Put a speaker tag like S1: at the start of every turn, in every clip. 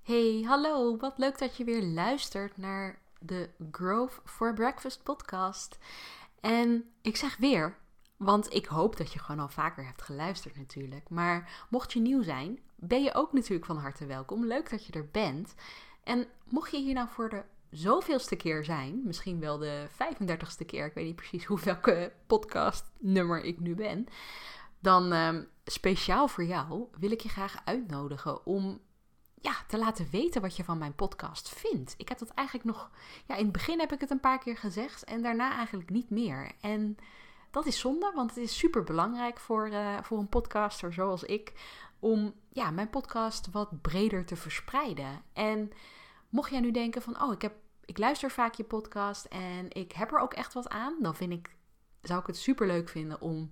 S1: Hey, hallo, wat leuk dat je weer luistert naar de Growth for Breakfast podcast. En ik zeg weer, want ik hoop dat je gewoon al vaker hebt geluisterd natuurlijk. Maar mocht je nieuw zijn, ben je ook natuurlijk van harte welkom. Leuk dat je er bent. En mocht je hier nou voor de zoveelste keer zijn, misschien wel de 35ste keer, ik weet niet precies welke podcastnummer ik nu ben, dan speciaal voor jou wil ik je graag uitnodigen om te laten weten wat je van mijn podcast vindt. Ik heb dat eigenlijk nog, in het begin heb ik het een paar keer gezegd en daarna eigenlijk niet meer. En dat is zonde, want het is super belangrijk voor een podcaster zoals ik om mijn podcast wat breder te verspreiden. En mocht jij nu denken van, ik luister vaak je podcast en ik heb er ook echt wat aan, dan zou ik het super leuk vinden om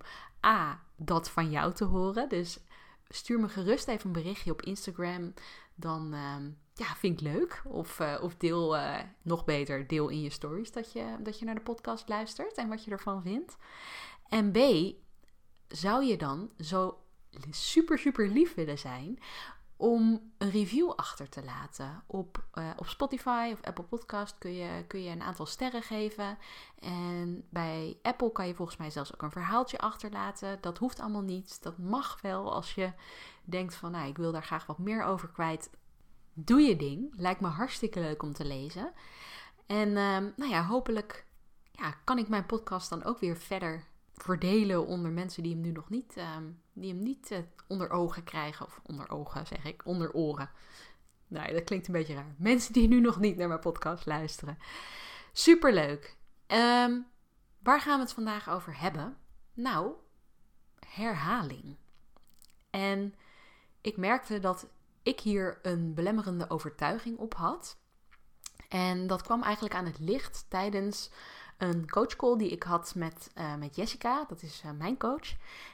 S1: dat van jou te horen. Dus stuur me gerust even een berichtje op Instagram. Dan vind ik leuk. Of deel, nog beter, deel in je stories dat je naar de podcast luistert en wat je ervan vindt. En B, zou je dan zo super, super lief willen zijn om een review achter te laten. Op Spotify of Apple Podcast kun je een aantal sterren geven. En bij Apple kan je volgens mij zelfs ook een verhaaltje achterlaten. Dat hoeft allemaal niet. Dat mag wel als je denkt van, ik wil daar graag wat meer over kwijt. Doe je ding. Lijkt me hartstikke leuk om te lezen. En hopelijk kan ik mijn podcast dan ook weer verder verdelen onder mensen die hem nu nog niet onder ogen krijgen. Of onder ogen zeg ik, onder oren. Nee, dat klinkt een beetje raar. Mensen die nu nog niet naar mijn podcast luisteren. Superleuk. Waar gaan we het vandaag over hebben? Nou, herhaling. En ik merkte dat ik hier een belemmerende overtuiging op had. En dat kwam eigenlijk aan het licht tijdens een coachcall die ik had met Jessica. Dat is mijn coach.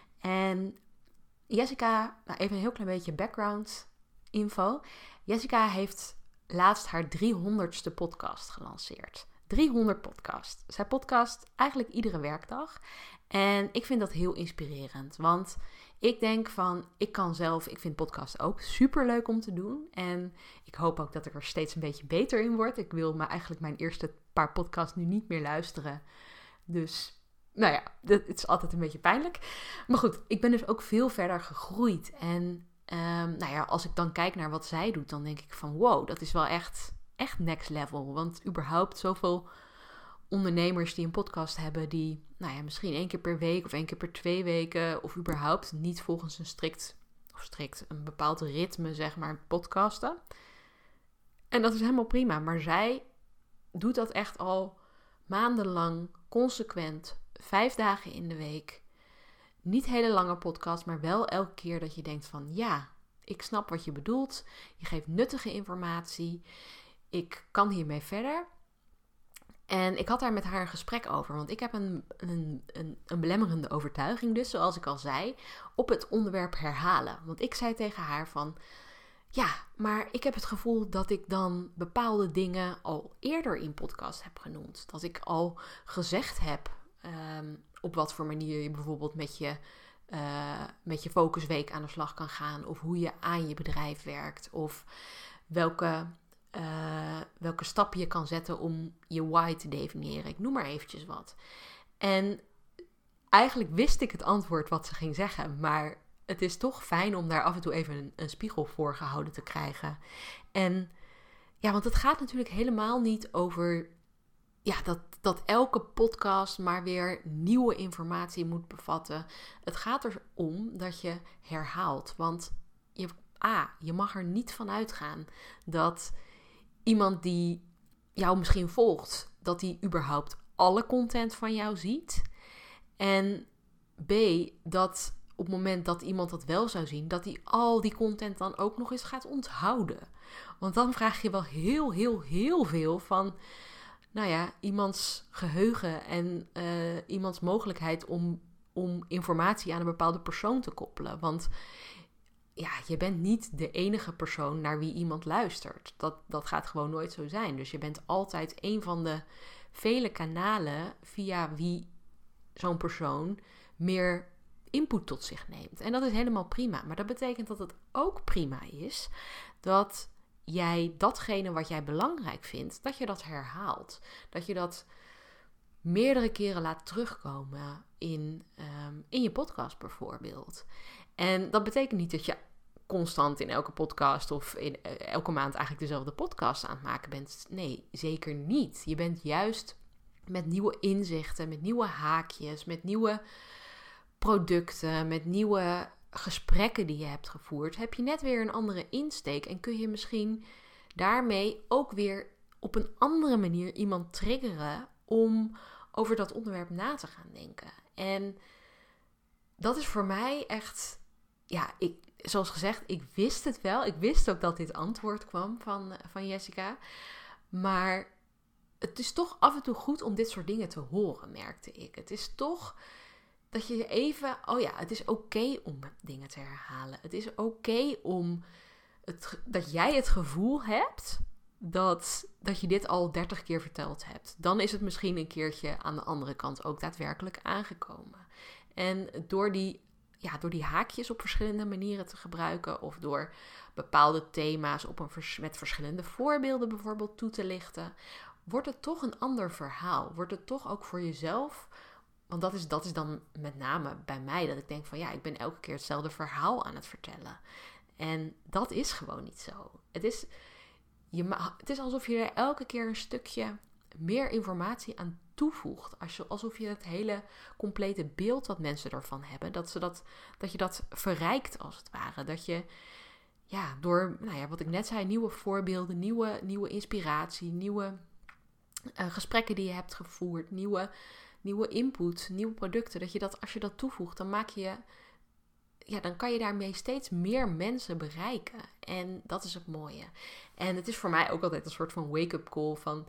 S1: En Jessica, even een heel klein beetje background info. Jessica heeft laatst haar 300ste podcast gelanceerd. 300 podcast. Zij podcast eigenlijk iedere werkdag. En ik vind dat heel inspirerend. Want ik denk ik vind podcast ook super leuk om te doen. En ik hoop ook dat ik er steeds een beetje beter in word. Ik wil eigenlijk mijn eerste paar podcasts nu niet meer luisteren. Dus, het is altijd een beetje pijnlijk. Maar goed, ik ben dus ook veel verder gegroeid. En als ik dan kijk naar wat zij doet, dan denk ik van wow, dat is wel echt next level. Want überhaupt zoveel ondernemers die een podcast hebben die misschien 1 keer per week of 1 keer per 2 weken of überhaupt niet volgens een bepaald ritme zeg maar podcasten. En dat is helemaal prima, maar zij doet dat echt al maandenlang, consequent, 5 dagen in de week. Niet hele lange podcast, maar wel elke keer dat je denkt van ik snap wat je bedoelt. Je geeft nuttige informatie. Ik kan hiermee verder. En ik had daar met haar een gesprek over. Want ik heb een belemmerende overtuiging dus, zoals ik al zei, op het onderwerp herhalen. Want ik zei tegen haar van, maar ik heb het gevoel dat ik dan bepaalde dingen al eerder in podcast heb genoemd. Dat ik al gezegd heb op wat voor manier je bijvoorbeeld met je focusweek aan de slag kan gaan. Of hoe je aan je bedrijf werkt. Of welke stap je kan zetten om je why te definiëren. Ik noem maar eventjes wat. En eigenlijk wist ik het antwoord wat ze ging zeggen. Maar het is toch fijn om daar af en toe even een spiegel voor gehouden te krijgen. En want het gaat natuurlijk helemaal niet over dat elke podcast maar weer nieuwe informatie moet bevatten. Het gaat erom dat je herhaalt. Want je mag er niet van uitgaan dat iemand die jou misschien volgt, dat die überhaupt alle content van jou ziet. En B, dat op het moment dat iemand dat wel zou zien, dat hij al die content dan ook nog eens gaat onthouden. Want dan vraag je wel heel, heel, heel veel van iemands geheugen en iemands mogelijkheid om informatie aan een bepaalde persoon te koppelen. Want je bent niet de enige persoon naar wie iemand luistert. Dat gaat gewoon nooit zo zijn. Dus je bent altijd een van de vele kanalen via wie zo'n persoon meer input tot zich neemt. En dat is helemaal prima. Maar dat betekent dat het ook prima is dat jij datgene wat jij belangrijk vindt, dat je dat herhaalt. Dat je dat meerdere keren laat terugkomen in je podcast bijvoorbeeld. En dat betekent niet dat je constant in elke podcast of in elke maand eigenlijk dezelfde podcast aan het maken bent. Nee, zeker niet. Je bent juist met nieuwe inzichten, met nieuwe haakjes, met nieuwe producten, met nieuwe gesprekken die je hebt gevoerd, heb je net weer een andere insteek en kun je misschien daarmee ook weer op een andere manier iemand triggeren om over dat onderwerp na te gaan denken. En dat is voor mij echt, zoals gezegd, ik wist het wel. Ik wist ook dat dit antwoord kwam van Jessica. Maar het is toch af en toe goed om dit soort dingen te horen, merkte ik. Het is toch dat je even, het is oké om dingen te herhalen. Het is oké om dat jij het gevoel hebt dat je dit al 30 keer verteld hebt. Dan is het misschien een keertje aan de andere kant ook daadwerkelijk aangekomen. En door die haakjes op verschillende manieren te gebruiken, of door bepaalde thema's met verschillende voorbeelden bijvoorbeeld toe te lichten, wordt het toch een ander verhaal. Wordt het toch ook voor jezelf, want dat is dan met name bij mij, dat ik denk van ik ben elke keer hetzelfde verhaal aan het vertellen. En dat is gewoon niet zo. Het is alsof je er elke keer een stukje meer informatie aan toevoegt. Alsof je het hele complete beeld wat mensen ervan hebben, dat je dat verrijkt als het ware. Dat je door, wat ik net zei, nieuwe voorbeelden, nieuwe inspiratie, nieuwe gesprekken die je hebt gevoerd, nieuwe input, nieuwe producten, als je dat toevoegt, dan dan kan je daarmee steeds meer mensen bereiken. En dat is het mooie. En het is voor mij ook altijd een soort van wake-up call van,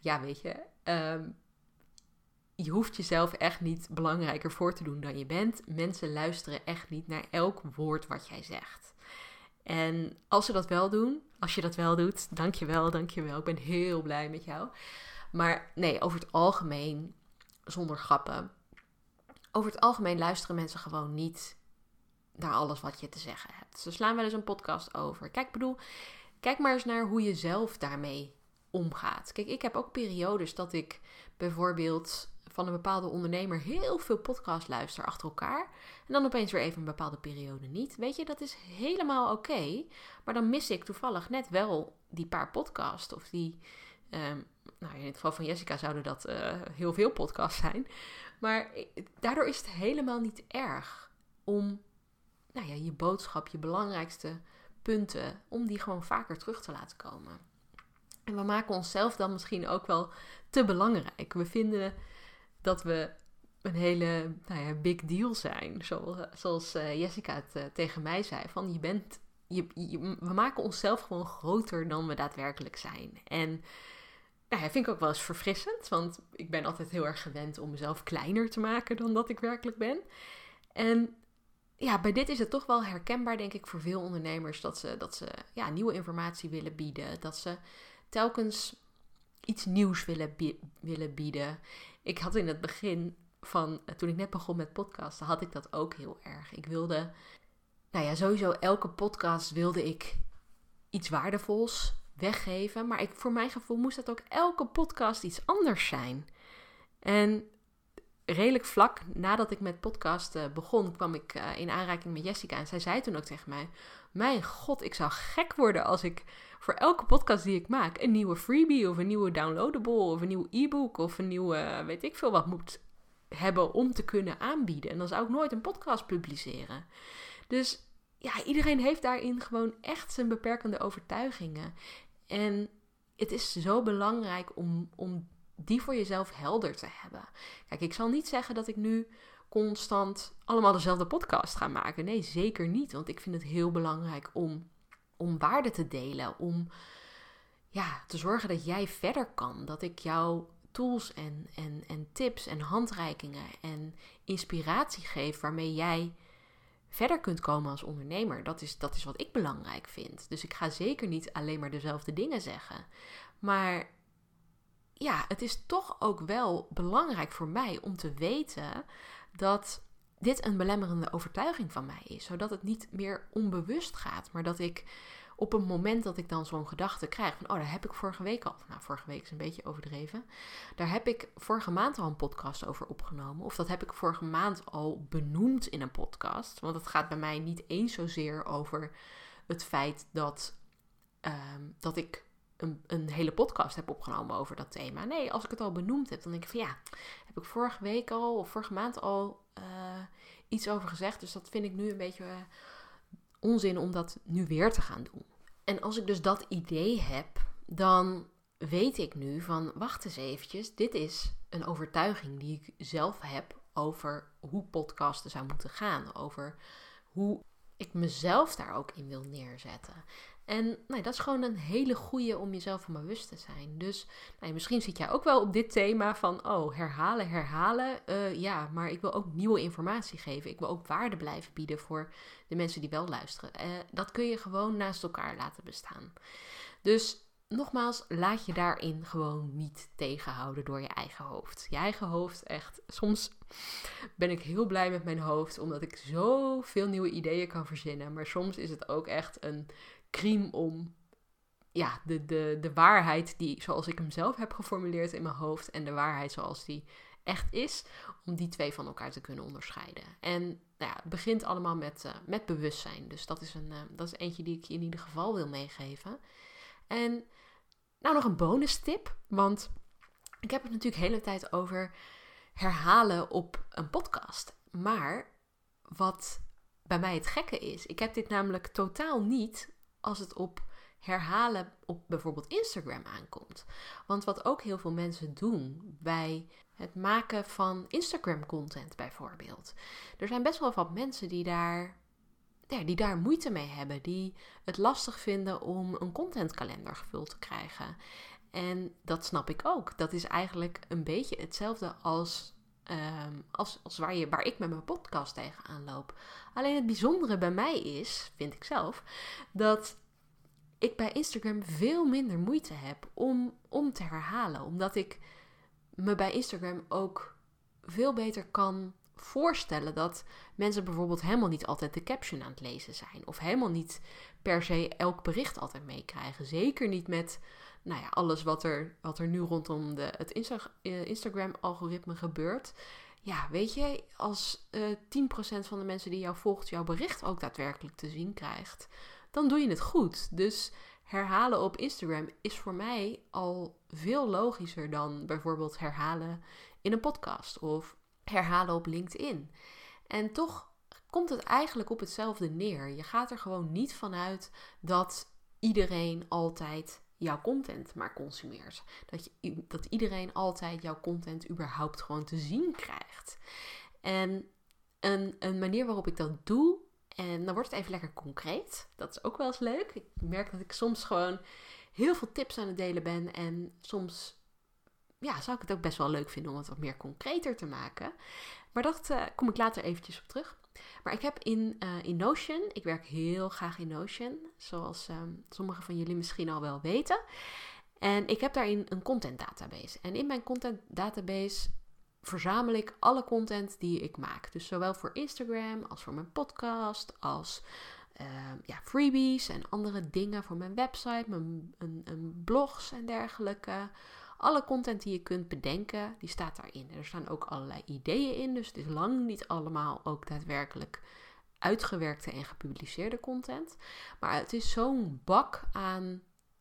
S1: je hoeft jezelf echt niet belangrijker voor te doen dan je bent. Mensen luisteren echt niet naar elk woord wat jij zegt. En als je dat wel doet, dankjewel. Ik ben heel blij met jou. Maar nee, over het algemeen, zonder grappen, over het algemeen luisteren mensen gewoon niet naar alles wat je te zeggen hebt. Ze slaan wel eens een podcast over. Kijk maar eens naar hoe je zelf daarmee omgaat. Kijk, ik heb ook periodes dat ik bijvoorbeeld van een bepaalde ondernemer heel veel podcasts luister achter elkaar. En dan opeens weer even een bepaalde periode niet. Weet je, dat is helemaal oké. Maar dan mis ik toevallig net wel die paar podcasts. Of die, in het geval van Jessica zouden dat heel veel podcasts zijn. Maar daardoor is het helemaal niet erg om je boodschap, je belangrijkste punten, om die gewoon vaker terug te laten komen. En we maken onszelf dan misschien ook wel te belangrijk. We vinden dat we een hele big deal zijn. Zoals Jessica het tegen mij zei. Van we maken onszelf gewoon groter dan we daadwerkelijk zijn. En vind ik ook wel eens verfrissend. Want ik ben altijd heel erg gewend om mezelf kleiner te maken dan dat ik werkelijk ben. En bij dit is het toch wel herkenbaar, denk ik, voor veel ondernemers. Dat ze nieuwe informatie willen bieden. Dat ze telkens iets nieuws willen bieden. Ik had in het begin toen ik net begon met podcasten, had ik dat ook heel erg. Ik wilde, sowieso elke podcast wilde ik iets waardevols weggeven. Maar voor mijn gevoel moest dat ook elke podcast iets anders zijn. En redelijk vlak nadat ik met podcasten begon, kwam ik in aanraking met Jessica. En zij zei toen ook tegen mij, mijn god, ik zou gek worden als ik voor elke podcast die ik maak een nieuwe freebie of een nieuwe downloadable of een nieuw e-book of een nieuwe weet ik veel wat moet hebben om te kunnen aanbieden. En dan zou ik nooit een podcast publiceren. Dus iedereen heeft daarin gewoon echt zijn beperkende overtuigingen. En het is zo belangrijk om die voor jezelf helder te hebben. Kijk, ik zal niet zeggen dat ik nu constant allemaal dezelfde podcast ga maken. Nee, zeker niet. Want ik vind het heel belangrijk om waarde te delen. Om te zorgen dat jij verder kan. Dat ik jou tools en tips en handreikingen en inspiratie geef waarmee jij verder kunt komen als ondernemer. Dat is wat ik belangrijk vind. Dus ik ga zeker niet alleen maar dezelfde dingen zeggen. Maar het is toch ook wel belangrijk voor mij om te weten dat dit een belemmerende overtuiging van mij is. Zodat het niet meer onbewust gaat, maar dat ik op een moment dat ik dan zo'n gedachte krijg van, daar heb ik vorige week al, nou vorige week is een beetje overdreven, daar heb ik vorige maand al een podcast over opgenomen, of dat heb ik vorige maand al benoemd in een podcast, want het gaat bij mij niet eens zozeer over het feit dat ik een hele podcast heb opgenomen over dat thema. Nee, als ik het al benoemd heb, dan denk ik van heb ik vorige week al of vorige maand al iets over gezegd, dus dat vind ik nu een beetje onzin om dat nu weer te gaan doen. En als ik dus dat idee heb, dan weet ik nu van, wacht eens eventjes, dit is een overtuiging die ik zelf heb over hoe podcasten zou moeten gaan, over hoe ik mezelf daar ook in wil neerzetten. En dat is gewoon een hele goeie om jezelf van bewust te zijn. Dus misschien zit jij ook wel op dit thema van, herhalen. Maar ik wil ook nieuwe informatie geven. Ik wil ook waarde blijven bieden voor de mensen die wel luisteren. Dat kun je gewoon naast elkaar laten bestaan. Dus nogmaals, laat je daarin gewoon niet tegenhouden door je eigen hoofd. Je eigen hoofd, echt. Soms ben ik heel blij met mijn hoofd, omdat ik zoveel nieuwe ideeën kan verzinnen. Maar soms is het ook echt een crime om de waarheid die zoals ik hem zelf heb geformuleerd in mijn hoofd en de waarheid zoals die echt is, om die twee van elkaar te kunnen onderscheiden. En het begint allemaal met bewustzijn. Dus dat is eentje die ik je in ieder geval wil meegeven. En nog een bonus tip, want ik heb het natuurlijk de hele tijd over herhalen op een podcast. Maar wat bij mij het gekke is, ik heb dit namelijk totaal niet als het op herhalen op bijvoorbeeld Instagram aankomt. Want wat ook heel veel mensen doen bij het maken van Instagram content bijvoorbeeld. Er zijn best wel wat mensen die daar moeite mee hebben. Die het lastig vinden om een contentkalender gevuld te krijgen. En dat snap ik ook. Dat is eigenlijk een beetje hetzelfde als waar ik met mijn podcast tegenaan loop. Alleen het bijzondere bij mij is, vind ik zelf, dat ik bij Instagram veel minder moeite heb om te herhalen. Omdat ik me bij Instagram ook veel beter kan voorstellen dat mensen bijvoorbeeld helemaal niet altijd de caption aan het lezen zijn. Of helemaal niet per se elk bericht altijd meekrijgen. Zeker niet met alles wat er nu rondom het Instagram-algoritme gebeurt. Ja, weet je, als 10% van de mensen die jou volgt jouw bericht ook daadwerkelijk te zien krijgt, dan doe je het goed. Dus herhalen op Instagram is voor mij al veel logischer dan bijvoorbeeld herhalen in een podcast of herhalen op LinkedIn. En toch komt het eigenlijk op hetzelfde neer. Je gaat er gewoon niet vanuit dat iedereen altijd jouw content maar consumeert. Dat iedereen altijd jouw content überhaupt gewoon te zien krijgt. En een manier waarop ik dat doe, en dan wordt het even lekker concreet. Dat is ook wel eens leuk. Ik merk dat ik soms gewoon heel veel tips aan het delen ben. En soms zou ik het ook best wel leuk vinden om het wat meer concreter te maken. Maar dat kom ik later eventjes op terug. Maar ik heb in Notion, ik werk heel graag in Notion, zoals sommigen van jullie misschien al wel weten. En ik heb daarin een content database. En in mijn content database verzamel ik alle content die ik maak. Dus zowel voor Instagram als voor mijn podcast, als freebies en andere dingen voor mijn website, mijn blogs en dergelijke. Alle content die je kunt bedenken, die staat daarin. Er staan ook allerlei ideeën in, dus het is lang niet allemaal ook daadwerkelijk uitgewerkte en gepubliceerde content. Maar het is zo'n bak aan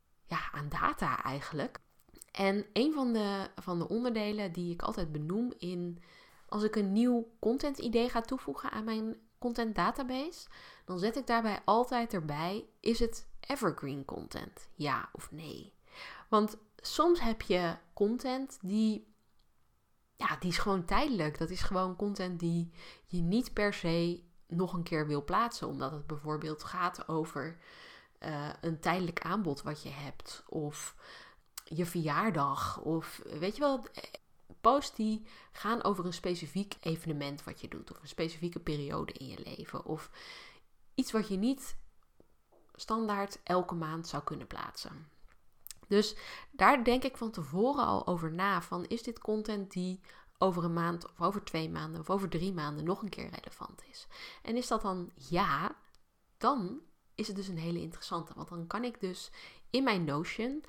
S1: data eigenlijk. En een van de onderdelen die ik altijd benoem als ik een nieuw content idee ga toevoegen aan mijn content database, dan zet ik daarbij altijd erbij, is het evergreen content? Ja of nee? Want soms heb je content die is gewoon tijdelijk. Dat is gewoon content die je niet per se nog een keer wil plaatsen. Omdat het bijvoorbeeld gaat over een tijdelijk aanbod wat je hebt. Of je verjaardag. Of weet je wel, posts die gaan over een specifiek evenement wat je doet. Of een specifieke periode in je leven. Of iets wat je niet standaard elke maand zou kunnen plaatsen. Dus daar denk ik van tevoren al over na. Van, is dit content die over een maand of over 2 maanden of over 3 maanden nog een keer relevant is? En is dat dan ja, dan is het dus een hele interessante. Want dan kan ik dus in mijn Notion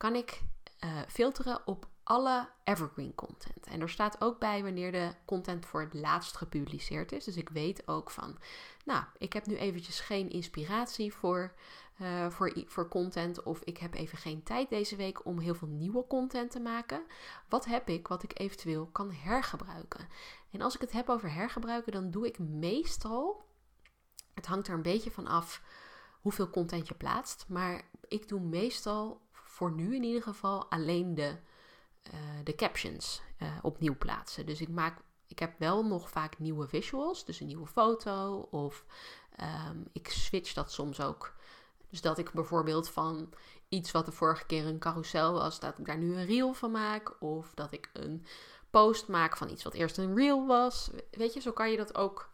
S1: filteren op alle evergreen content. En er staat ook bij wanneer de content voor het laatst gepubliceerd is. Dus ik weet ook van, ik heb nu eventjes geen inspiratie voor content. Of ik heb even geen tijd deze week om heel veel nieuwe content te maken. Wat heb ik wat ik eventueel kan hergebruiken? En als ik het heb over hergebruiken, dan doe ik meestal, het hangt er een beetje van af hoeveel content je plaatst. Maar ik doe meestal, voor nu in ieder geval, alleen de captions opnieuw plaatsen. Dus ik heb wel nog vaak nieuwe visuals, dus een nieuwe foto. Of ik switch dat soms ook. Dus dat ik bijvoorbeeld van iets wat de vorige keer een carousel was, dat ik daar nu een reel van maak. Of dat ik een post maak van iets wat eerst een reel was. Weet je, zo kan je dat ook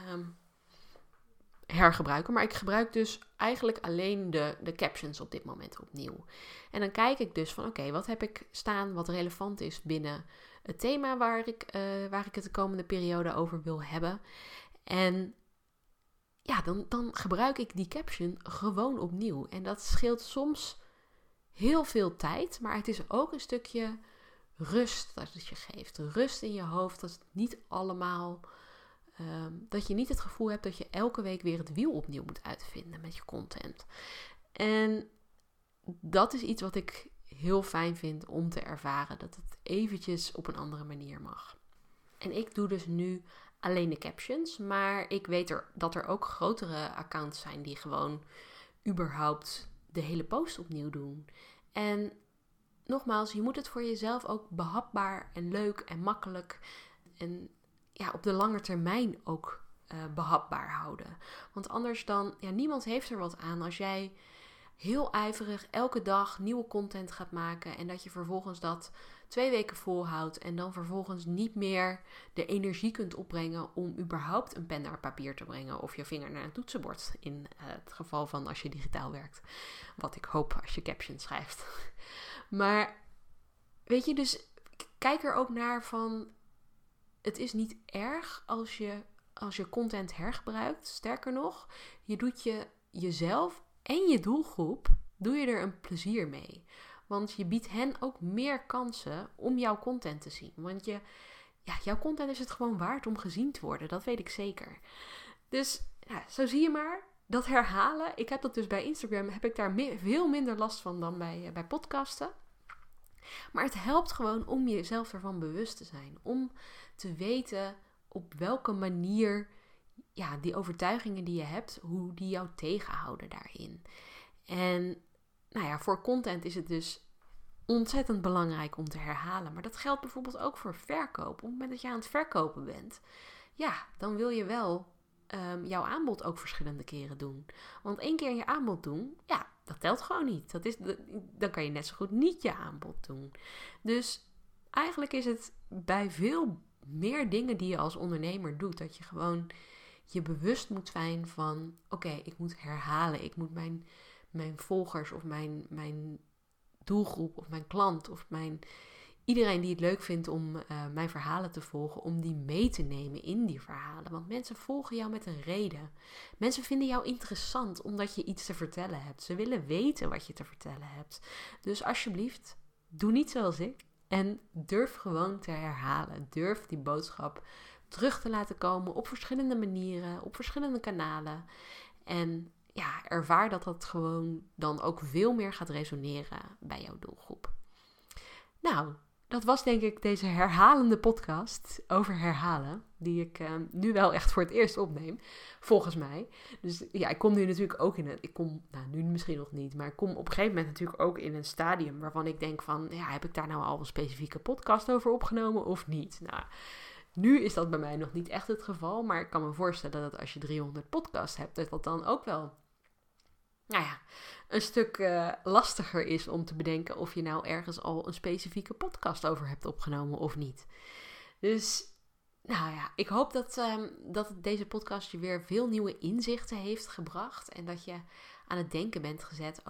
S1: hergebruiken. Maar ik gebruik dus eigenlijk alleen de captions op dit moment opnieuw. En dan kijk ik dus van oké, wat heb ik staan wat relevant is binnen het thema waar ik het de komende periode over wil hebben. En ja, dan gebruik ik die caption gewoon opnieuw. En dat scheelt soms heel veel tijd, maar het is ook een stukje rust dat het je geeft. Rust in je hoofd, dat het niet allemaal, dat je niet het gevoel hebt dat je elke week weer het wiel opnieuw moet uitvinden met je content. En dat is iets wat ik heel fijn vind om te ervaren, dat het eventjes op een andere manier mag. En ik doe dus nu alleen de captions, maar ik weet dat er ook grotere accounts zijn die gewoon überhaupt de hele post opnieuw doen. En nogmaals, je moet het voor jezelf ook behapbaar en leuk en makkelijk en op de lange termijn ook behapbaar houden. Want anders dan, niemand heeft er wat aan als jij heel ijverig elke dag nieuwe content gaat maken en dat je vervolgens dat 2 weken volhoudt en dan vervolgens niet meer de energie kunt opbrengen om überhaupt een pen naar papier te brengen of je vinger naar een toetsenbord in het geval van als je digitaal werkt. Wat ik hoop als je captions schrijft. Maar weet je, dus kijk er ook naar van, het is niet erg als je content hergebruikt. Sterker nog, je doet jezelf en je doelgroep, doe je er een plezier mee. Want je biedt hen ook meer kansen om jouw content te zien. Want jouw content is het gewoon waard om gezien te worden. Dat weet ik zeker. Dus zo zie je maar. Dat herhalen. Ik heb dat dus bij Instagram. Heb ik daar veel minder last van dan bij podcasten. Maar het helpt gewoon om jezelf ervan bewust te zijn. Om te weten op welke manier die overtuigingen die je hebt, hoe die jou tegenhouden daarin. En voor content is het dus ontzettend belangrijk om te herhalen. Maar dat geldt bijvoorbeeld ook voor verkoop. Op het moment dat je aan het verkopen bent, dan wil je wel jouw aanbod ook verschillende keren doen. Want 1 keer je aanbod doen, dat telt gewoon niet. Dan kan je net zo goed niet je aanbod doen. Dus eigenlijk is het bij veel meer dingen die je als ondernemer doet, dat je gewoon je bewust moet zijn van, oké, ik moet herhalen. Ik moet mijn volgers of mijn doelgroep of mijn klant of iedereen die het leuk vindt om mijn verhalen te volgen, om die mee te nemen in die verhalen. Want mensen volgen jou met een reden. Mensen vinden jou interessant omdat je iets te vertellen hebt. Ze willen weten wat je te vertellen hebt. Dus alsjeblieft, doe niet zoals ik en durf gewoon te herhalen. Durf die boodschap terug te laten komen op verschillende manieren, op verschillende kanalen. En ervaar dat gewoon dan ook veel meer gaat resoneren bij jouw doelgroep. Nou, dat was denk ik deze herhalende podcast over herhalen, die ik nu wel echt voor het eerst opneem, volgens mij. Dus ik kom nu natuurlijk ook nu misschien nog niet, maar ik kom op een gegeven moment natuurlijk ook in een stadium waarvan ik denk van, heb ik daar nou al een specifieke podcast over opgenomen of niet? Nou, nu is dat bij mij nog niet echt het geval, maar ik kan me voorstellen dat als je 300 podcasts hebt, dat dan ook wel een stuk lastiger is om te bedenken of je nou ergens al een specifieke podcast over hebt opgenomen of niet. Dus, ik hoop dat deze podcast je weer veel nieuwe inzichten heeft gebracht en dat je aan het denken bent gezet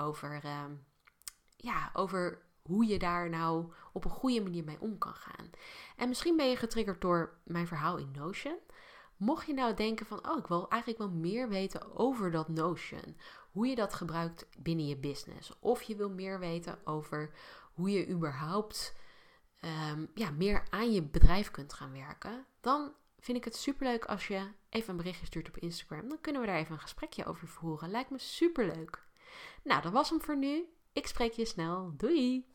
S1: over hoe je daar nou op een goede manier mee om kan gaan. En misschien ben je getriggerd door mijn verhaal in Notion. Mocht je nou denken van, ik wil eigenlijk wel meer weten over dat Notion. Hoe je dat gebruikt binnen je business. Of je wil meer weten over hoe je überhaupt meer aan je bedrijf kunt gaan werken. Dan vind ik het superleuk als je even een berichtje stuurt op Instagram. Dan kunnen we daar even een gesprekje over voeren. Lijkt me superleuk. Nou, dat was hem voor nu. Ik spreek je snel. Doei!